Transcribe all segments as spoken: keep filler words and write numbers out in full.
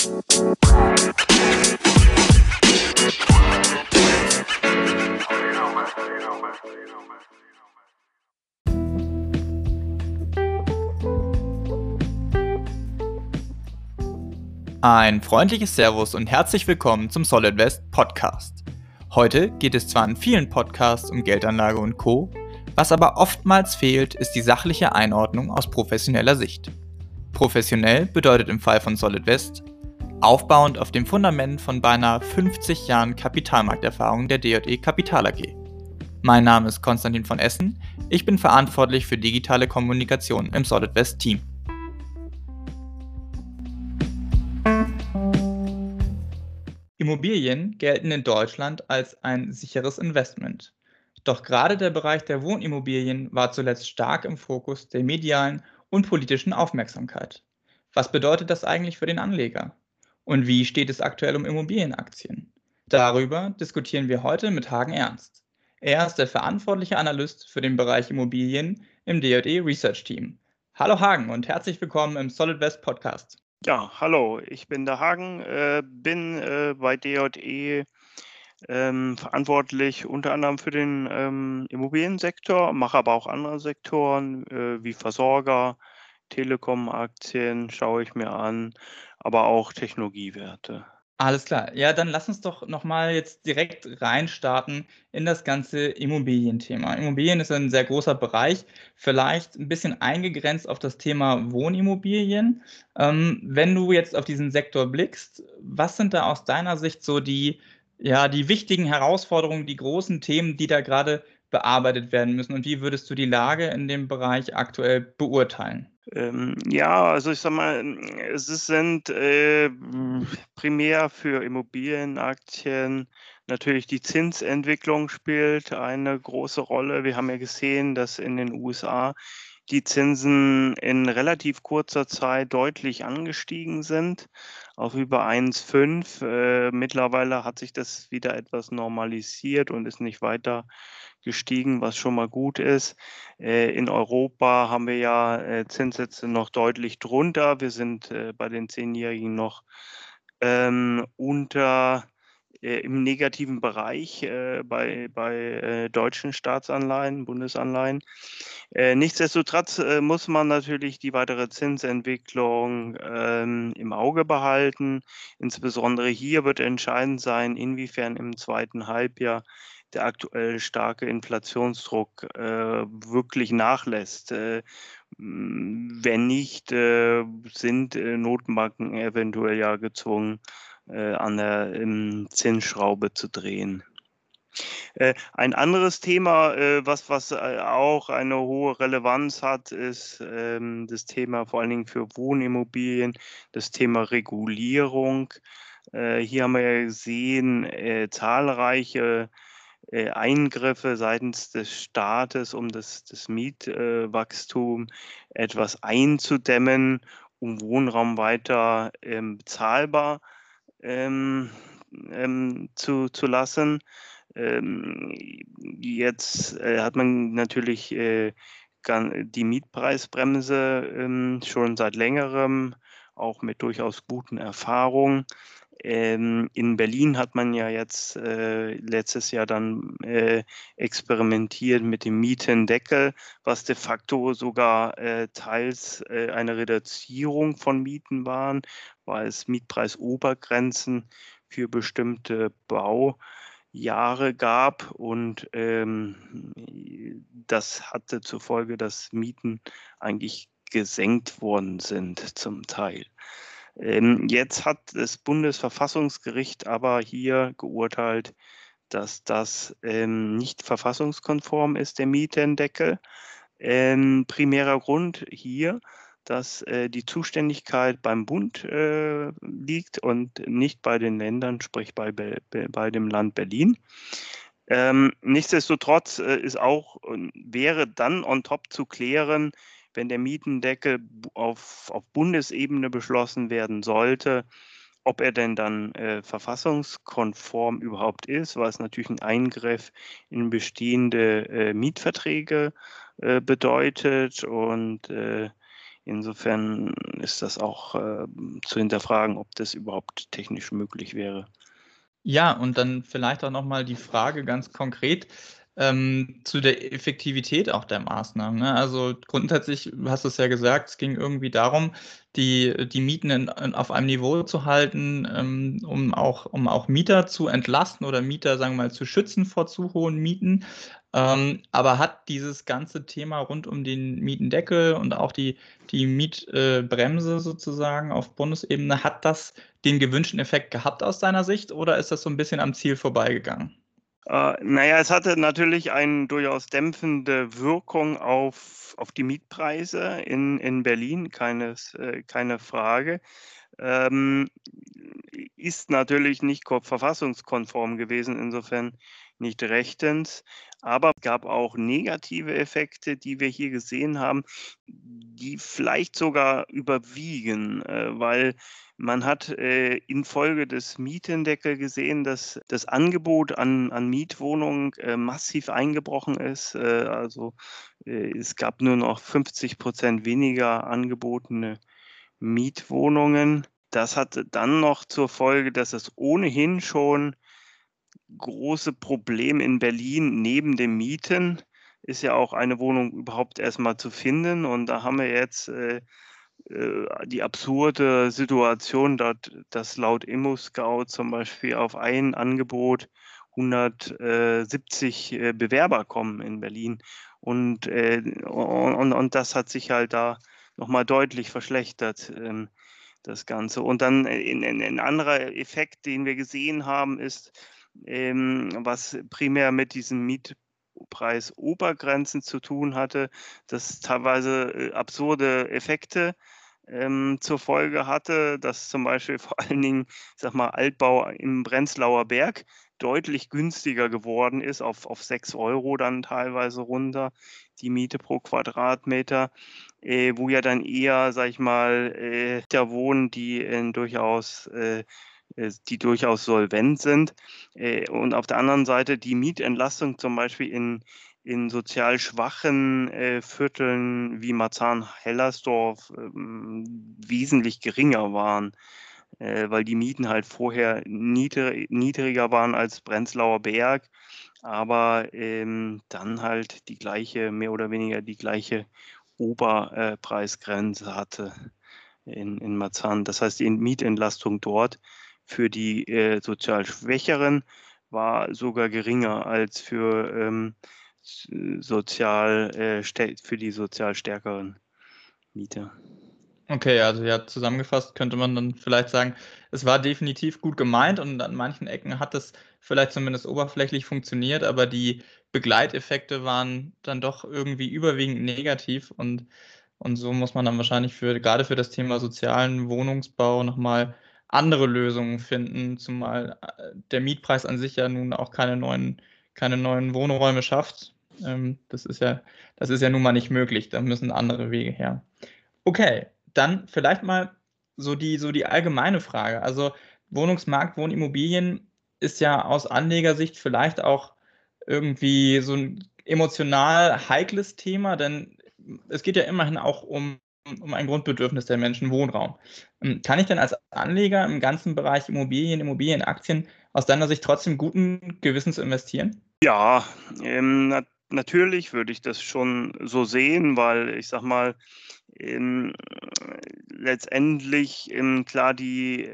Ein freundliches Servus und herzlich willkommen zum Solidvest Podcast. Heute geht es zwar in vielen Podcasts um Geldanlage und Co., was aber oftmals fehlt, ist die sachliche Einordnung aus professioneller Sicht. Professionell bedeutet im Fall von Solidvest aufbauend auf dem Fundament von beinahe fünfzig Jahren Kapitalmarkterfahrung der D J E Kapital A G. Mein Name ist Konstantin von Essen, ich bin verantwortlich für digitale Kommunikation im Solidvest Team. Immobilien gelten in Deutschland als ein sicheres Investment. Doch gerade der Bereich der Wohnimmobilien war zuletzt stark im Fokus der medialen und politischen Aufmerksamkeit. Was bedeutet das eigentlich für den Anleger? Und wie steht es aktuell um Immobilienaktien? Darüber diskutieren wir heute mit Hagen Ernst. Er ist der verantwortliche Analyst für den Bereich Immobilien im D J E Research Team. Hallo Hagen und herzlich willkommen im Solidvest Podcast. Ja, hallo, ich bin der Hagen, äh, bin äh, bei D J E ähm, verantwortlich unter anderem für den ähm, Immobiliensektor, mache aber auch andere Sektoren äh, wie Versorger, Telekom-Aktien schaue ich mir an, aber auch Technologiewerte. Alles klar. Ja, dann lass uns doch noch mal jetzt direkt reinstarten in das ganze Immobilienthema. Immobilien ist ein sehr großer Bereich, vielleicht ein bisschen eingegrenzt auf das Thema Wohnimmobilien. Ähm, wenn du jetzt auf diesen Sektor blickst, was sind da aus deiner Sicht so die, ja, die wichtigen Herausforderungen, die großen Themen, die da gerade bearbeitet werden müssen? Und wie würdest du die Lage in dem Bereich aktuell beurteilen? Ähm, ja, also ich sage mal, es ist sind äh, primär für Immobilienaktien natürlich die Zinsentwicklung spielt eine große Rolle. Wir haben ja gesehen, dass in den U S A die Zinsen in relativ kurzer Zeit deutlich angestiegen sind, auf über eins Komma fünf. Äh, mittlerweile hat sich das wieder etwas normalisiert und ist nicht weiter gestiegen, was schon mal gut ist. Äh, in Europa haben wir ja äh, Zinssätze noch deutlich drunter. Wir sind äh, bei den Zehnjährigen noch ähm, unter äh, im negativen Bereich äh, bei, bei äh, deutschen Staatsanleihen, Bundesanleihen. Äh, nichtsdestotrotz äh, muss man natürlich die weitere Zinsentwicklung ähm, im Auge behalten. Insbesondere hier wird entscheidend sein, inwiefern im zweiten Halbjahr der aktuell starke Inflationsdruck äh, wirklich nachlässt. Äh, wenn nicht, äh, sind äh, Notenbanken eventuell ja gezwungen, äh, an der ähm, Zinsschraube zu drehen. Äh, ein anderes Thema, äh, was was, äh, auch eine hohe Relevanz hat, ist, ähm, das Thema vor allen Dingen für Wohnimmobilien, das Thema Regulierung. Äh, hier haben wir ja gesehen, äh, zahlreiche, äh, Eingriffe seitens des Staates, um das das Mietwachstum etwas einzudämmen, um Wohnraum weiter, ähm, bezahlbar, ähm, ähm, zu zu lassen. Ähm, jetzt, äh, hat man natürlich, äh, gan die Mietpreisbremse, ähm, schon seit Längerem, auch mit durchaus guten Erfahrungen. Ähm, in Berlin hat man ja jetzt, äh, letztes Jahr dann, äh, experimentiert mit dem Mietendeckel, was de facto sogar, äh, teils, äh, eine Reduzierung von Mieten waren, weil es Mietpreisobergrenzen für bestimmte Baujahre gab und, ähm, das hatte zur Folge, dass Mieten eigentlich gesenkt worden sind zum Teil. Ähm, jetzt hat das Bundesverfassungsgericht aber hier geurteilt, dass das, ähm, nicht verfassungskonform ist, der Mietendeckel. Ähm, primärer Grund hier, dass, äh, die Zuständigkeit beim Bund, äh, liegt und nicht bei den Ländern, sprich bei Be be bei dem Land Berlin. Ähm, nichtsdestotrotz, äh, ist auch und wäre dann on top zu klären, wenn der Mietendeckel b auf auf Bundesebene beschlossen werden sollte, ob er denn dann, äh, verfassungskonform überhaupt ist, weil es natürlich 'n Eingriff in bestehende, äh, Mietverträge, äh, bedeutet und, äh, Insofern ist das auch äh, zu hinterfragen, ob das überhaupt technisch möglich wäre. Ja, und dann vielleicht auch noch mal die Frage ganz konkret, ähm, zu der Effektivität auch der Maßnahmen, ne? Also, grundsätzlich, du hast es ja gesagt, es ging irgendwie darum, die die Mieten in in auf einem Niveau zu halten, ähm, um auch um auch Mieter zu entlasten oder Mieter, sagen wir mal, zu schützen vor zu hohen Mieten. Ähm, aber hat dieses ganze Thema rund um den Mietendeckel und auch die die Mietbremse äh, Bremse sozusagen auf Bundesebene, hat das den gewünschten Effekt gehabt aus deiner Sicht oder ist das so ein bisschen am Ziel vorbeigegangen? Äh, na ja, es hatte natürlich eine durchaus dämpfende Wirkung auf auf die Mietpreise in in Berlin, keines äh, keine Frage. Ähm, ist natürlich nicht ko verfassungskonform gewesen, insofern nicht rechtens. Aber es gab auch negative Effekte, die wir hier gesehen haben, die vielleicht sogar überwiegen, äh, weil man hat, äh, infolge des Mietendeckel gesehen, dass das Angebot an an Mietwohnungen, äh, massiv eingebrochen ist. Äh, also, äh, es gab nur noch fünfzig weniger angebotene Mietwohnungen. Das hatte dann noch zur Folge, dass es ohnehin schon große Problem in Berlin neben dem Mieten ist ja auch eine Wohnung überhaupt erst mal zu finden. Und da haben wir jetzt, äh, äh, die absurde Situation dort, dass laut ImmoScout zum Beispiel auf ein Angebot hundertsiebzig äh, Bewerber kommen in Berlin. Und, äh, und und das hat sich halt da noch mal deutlich verschlechtert, ähm, das Ganze. Und dann ein 'n 'n anderer Effekt, den wir gesehen haben, ist, ähm, was primär mit diesen Mietpreisobergrenzen zu tun hatte, dass teilweise, äh, absurde Effekte, ähm, zur Folge hatte, dass zum Beispiel vor allen Dingen, ich sage mal, Altbau im Prenzlauer Berg deutlich günstiger geworden ist, auf auf sechs Euro dann teilweise runter, die Miete pro Quadratmeter, äh, wo ja dann eher, sage ich mal, äh, da wohnen, die in durchaus äh, äh, die durchaus solvent sind. Äh, und auf der anderen Seite die Mietentlastung zum Beispiel in in sozial schwachen, äh, Vierteln wie Marzahn-Hellersdorf, ähm, wesentlich geringer waren, äh, weil die Mieten halt vorher niedri niedriger waren als Prenzlauer Berg, aber, ähm, dann halt die gleiche mehr oder weniger die gleiche Oberpreisgrenze äh, Preisgrenze hatte in in Marzahn. Das heißt, die Mietentlastung dort für die, äh, sozial Schwächeren war sogar geringer als für, ähm, s sozial äh, stä für die sozial stärkeren Mieter. Okay, also ja, zusammengefasst könnte man dann vielleicht sagen, es war definitiv gut gemeint und an manchen Ecken hat es vielleicht zumindest oberflächlich funktioniert, aber die Begleiteffekte waren dann doch irgendwie überwiegend negativ und und so muss man dann wahrscheinlich für grade für das Thema sozialen Wohnungsbau noch mal andere Lösungen finden, zumal, äh, der Mietpreis an sich ja nun auch keine neuen keine neuen Wohnräume schafft. Ähm, das ist ja das ist ja nun mal nicht möglich, da müssen andere Wege her. Okay, dann vielleicht mal so die so die allgemeine Frage. Also, Wohnungsmarkt, Wohnimmobilien ist ja aus Anlegersicht vielleicht auch irgendwie so 'n emotional heikles Thema, denn es geht ja immerhin auch um um ein Grundbedürfnis der Menschen, Wohnraum. Hm, kann ich denn als Anleger im ganzen Bereich Immobilien, Immobilienaktien aus deiner Sicht trotzdem guten Gewissens investieren? Ja, ähm, nat natürlich würde ich das schon so sehen, weil ich sage mal, ähm, letztendlich, ähm, klar, die,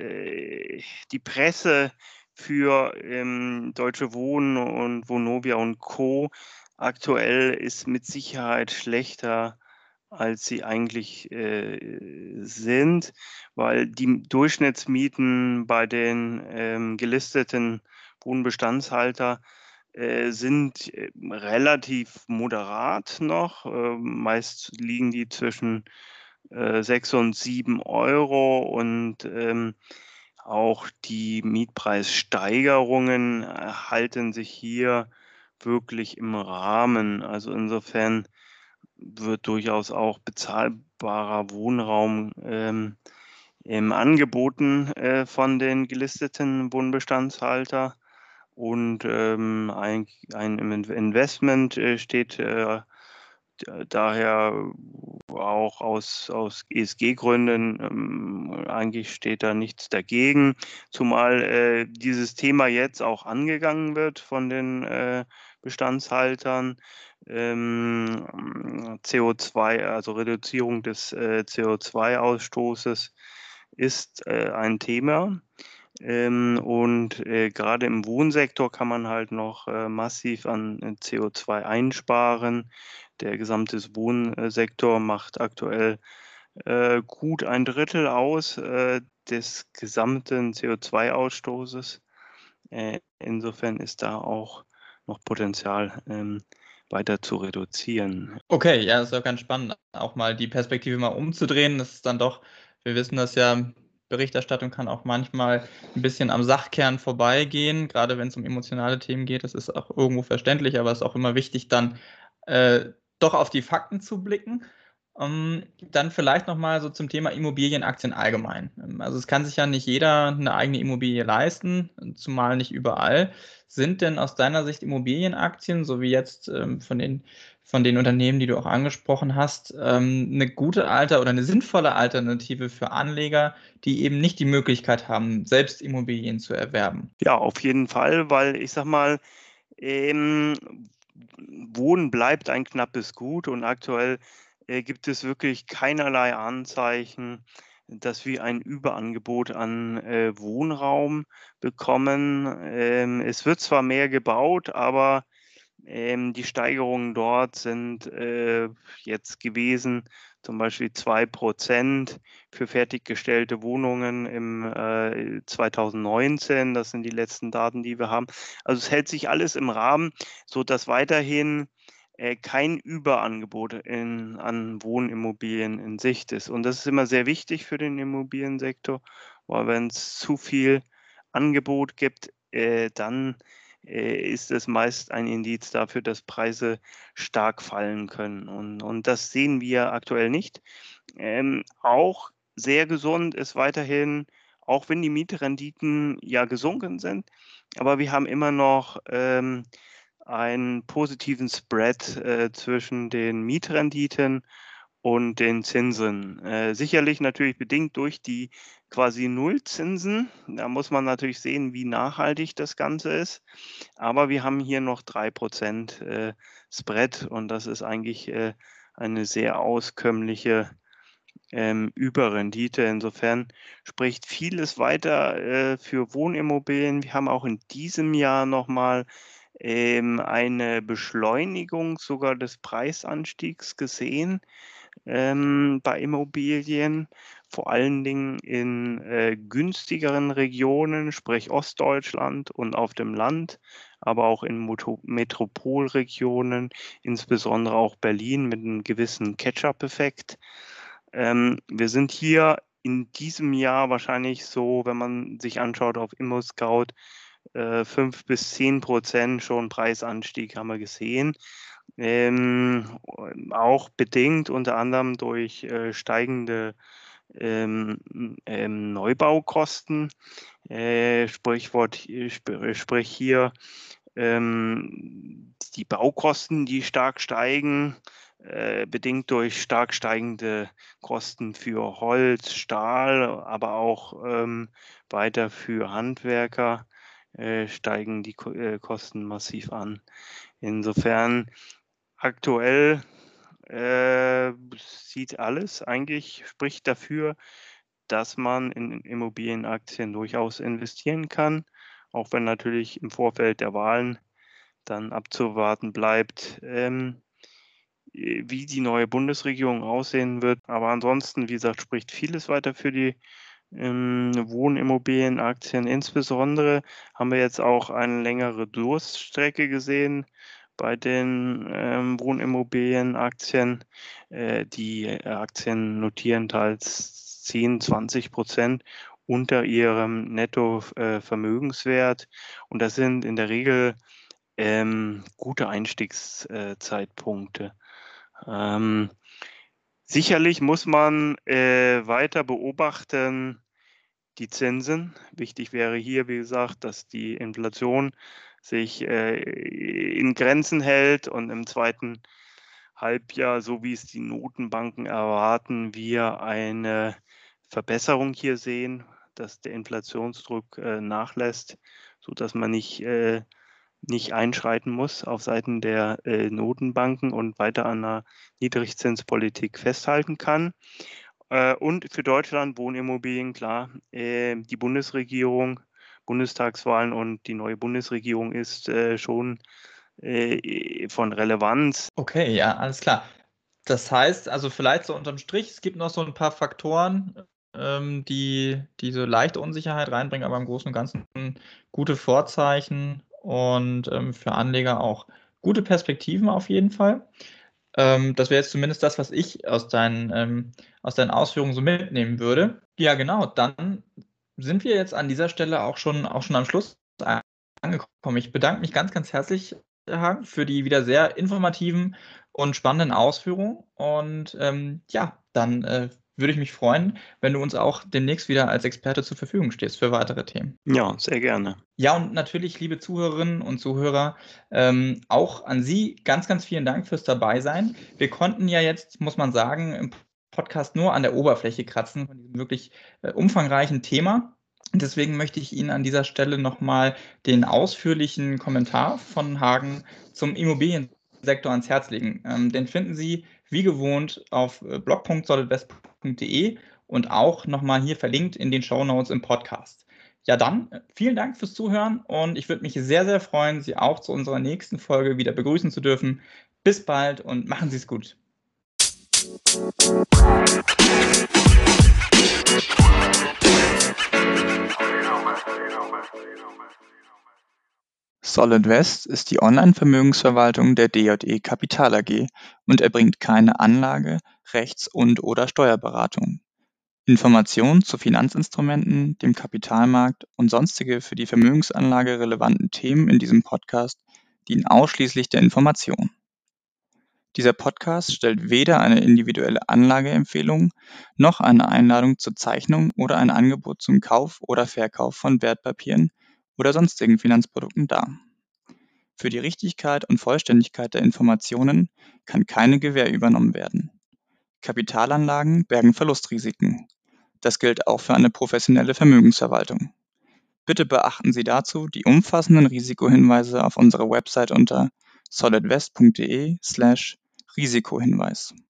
äh die Presse für, ähm, Deutsche Wohnen und Vonovia und Co. aktuell ist mit Sicherheit schlechter, als sie eigentlich, äh, sind, weil die Durchschnittsmieten bei den, ähm, gelisteten Wohnbestandshalter, äh, sind, äh, relativ moderat noch. Ähm, meist liegen die zwischen, äh, sechs und sieben Euro und, ähm, auch die Mietpreissteigerungen, äh, halten sich hier wirklich im Rahmen. Also, insofern wird durchaus auch bezahlbarer Wohnraum, ähm, ähm, angeboten, äh, von den gelisteten Wohnbestandshalter. Und, ähm, ein ein im Inv Investment, äh, steht, äh, d daher auch aus aus E S G-Gründen, ähm, eigentlich steht da nichts dagegen, zumal, äh, dieses Thema jetzt auch angegangen wird von den, äh, Bestandshaltern. Ähm, C O zwei, also Reduzierung des, äh, C O zwei Ausstoßes ist, äh, ein Thema. Ähm, und, äh, grade im Wohnsektor kann man halt noch, äh, massiv an, äh, C O zwei einsparen. Der gesamte Wohnsektor macht aktuell, äh, gut ein Drittel aus, äh, des gesamten C O zwei Ausstoßes. Äh, insofern ist da auch noch Potenzial, ähm, weiter zu reduzieren. Okay, ja, das ist auch ganz spannend, auch mal die Perspektive mal umzudrehen. Das ist dann doch wir wissen das ja, Berichterstattung kann auch manchmal 'n bisschen am Sachkern vorbeigehen, grade wenn's um emotionale Themen geht. Das ist auch irgendwo verständlich, aber es ist auch immer wichtig, dann, äh, doch auf die Fakten zu blicken. Ähm, dann vielleicht noch mal so zum Thema Immobilienaktien allgemein. Ähm, also, es kann sich ja nicht jeder 'ne eigene Immobilie leisten, zumal nicht überall. Sind denn aus deiner Sicht Immobilienaktien, so wie jetzt, ähm, von den von den Unternehmen, die du auch angesprochen hast, ähm, 'ne gute Alter oder 'ne sinnvolle Alternative für Anleger, die eben nicht die Möglichkeit haben, selbst Immobilien zu erwerben? Ja, auf jeden Fall, weil ich sage mal, ähm, Wohnen bleibt ein knappes Gut und aktuell, äh, gibt es wirklich keinerlei Anzeichen, dass wir ein Überangebot an, äh, Wohnraum bekommen. Ähm, es wird zwar mehr gebaut, aber, ähm, die Steigerungen dort sind, äh, jetzt gewesen, zum Beispiel zwei Prozent für fertiggestellte Wohnungen im, äh, zweitausendneunzehn. Das sind die letzten Daten, die wir haben. Also, es hält sich alles im Rahmen, sodass weiterhin, äh, kein Überangebot in an Wohnimmobilien in Sicht ist. Und das ist immer sehr wichtig für den Immobiliensektor, weil wenn's zu viel Angebot gibt, äh, dann, äh, ist es meist ein Indiz dafür, dass Preise stark fallen können. Und und das sehen wir aktuell nicht. Ähm, auch sehr gesund ist weiterhin, auch wenn die Mietrenditen ja gesunken sind, aber wir haben immer noch, ähm, einen positiven Spread, äh, zwischen den Mietrenditen und den Zinsen. Äh, sicherlich natürlich bedingt durch die quasi Nullzinsen. Da muss man natürlich sehen, wie nachhaltig das Ganze ist. Aber wir haben hier noch drei Prozent, äh, Spread und das ist eigentlich, äh, eine sehr auskömmliche, ähm, Überrendite. Insofern spricht vieles weiter, äh, für Wohnimmobilien. Wir haben auch in diesem Jahr noch mal, ähm, eine Beschleunigung sogar des Preisanstiegs gesehen, ähm, bei Immobilien, vor allen Dingen in, äh, günstigeren Regionen, sprich Ostdeutschland und auf dem Land, aber auch in Moto Metropolregionen, insbesondere auch Berlin mit 'nem gewissen Catch-up-Effekt. Ähm, wir sind hier in diesem Jahr wahrscheinlich so, wenn man sich anschaut auf ImmoScout, äh, fünf bis zehn Prozent schon Preisanstieg haben wir gesehen. Ähm, auch bedingt unter anderem durch, äh, steigende, ähm, ähm, Neubaukosten. Äh, Sprichwort hi sp sprich hier, ähm, die Baukosten, die stark steigen, äh, bedingt durch stark steigende Kosten für Holz, Stahl, aber auch, ähm, weiter für Handwerker, äh, steigen die Ko äh, Kosten massiv an. Insofern aktuell, äh, sieht alles eigentlich spricht dafür, dass man in Immobilienaktien durchaus investieren kann, auch wenn natürlich im Vorfeld der Wahlen dann abzuwarten bleibt, ähm, äh, wie die neue Bundesregierung aussehen wird. Aber ansonsten, wie gesagt, spricht vieles weiter für die, ähm, Wohnimmobilienaktien. Insbesondere haben wir jetzt auch eine längere Durststrecke gesehen bei den, ähm, Wohnimmobilienaktien. Äh, die Aktien notieren teils zehn, zwanzig Prozent unter ihrem Netto äh, Vermögenswert. Und das sind in der Regel, ähm, gute Einstiegs äh, Zeitpunkte. Ähm, sicherlich muss man, äh, weiter beobachten die Zinsen. Wichtig wäre hier, wie gesagt, dass die Inflation sich, äh, in Grenzen hält und im zweiten Halbjahr, so wie es die Notenbanken erwarten, wir eine Verbesserung hier sehen, dass der Inflationsdruck äh, nachlässt, sodass man nicht, äh, nicht einschreiten muss auf Seiten der äh, Notenbanken und weiter an einer Niedrigzinspolitik festhalten kann. Äh, und für Deutschland Wohnimmobilien, klar, äh, die Bundesregierung, Bundestagswahlen und die neue Bundesregierung ist äh, schon äh, von Relevanz. Okay, ja, alles klar. Das heißt, also vielleicht so unterm Strich, es gibt noch so ein paar Faktoren, ähm, die diese leichte Unsicherheit reinbringen, aber im Großen und Ganzen gute Vorzeichen und ähm, für Anleger auch gute Perspektiven auf jeden Fall. Ähm, das wäre jetzt zumindest das, was ich aus deinen, ähm, aus deinen Ausführungen so mitnehmen würde. Ja, genau, dann sind wir jetzt an dieser Stelle auch schon, auch schon am Schluss angekommen. Ich bedanke mich ganz, ganz herzlich, Herr Hagen, für die wieder sehr informativen und spannenden Ausführungen. Und ähm, ja, dann äh, würde ich mich freuen, wenn du uns auch demnächst wieder als Experte zur Verfügung stehst für weitere Themen. Ja, sehr gerne. Ja, und natürlich, liebe Zuhörerinnen und Zuhörer, ähm, auch an Sie ganz, ganz vielen Dank fürs Dabeisein. Wir konnten ja jetzt, muss man sagen, im Podcast nur an der Oberfläche kratzen von diesem wirklich äh, umfangreichen Thema. Und deswegen möchte ich Ihnen an dieser Stelle nochmal den ausführlichen Kommentar von Hagen zum Immobiliensektor ans Herz legen. Ähm, den finden Sie wie gewohnt auf äh, blog punkt solidwest punkt de und auch nochmal hier verlinkt in den Shownotes im Podcast. Ja, dann äh, vielen Dank fürs Zuhören und ich würde mich sehr, sehr freuen, Sie auch zu unserer nächsten Folge wieder begrüßen zu dürfen. Bis bald und machen Sie es gut. Solid West ist die Online-Vermögensverwaltung der D J E Kapital A G und erbringt keine Anlage-, Rechts- und/oder Steuerberatung. Informationen zu Finanzinstrumenten, dem Kapitalmarkt und sonstige für die Vermögensanlage relevanten Themen in diesem Podcast dienen ausschließlich der Information. Dieser Podcast stellt weder eine individuelle Anlageempfehlung noch eine Einladung zur Zeichnung oder ein Angebot zum Kauf oder Verkauf von Wertpapieren oder sonstigen Finanzprodukten dar. Für die Richtigkeit und Vollständigkeit der Informationen kann keine Gewähr übernommen werden. Kapitalanlagen bergen Verlustrisiken. Das gilt auch für eine professionelle Vermögensverwaltung. Bitte beachten Sie dazu die umfassenden Risikohinweise auf unserer Website unter solidwest punkt de slash Risikohinweis.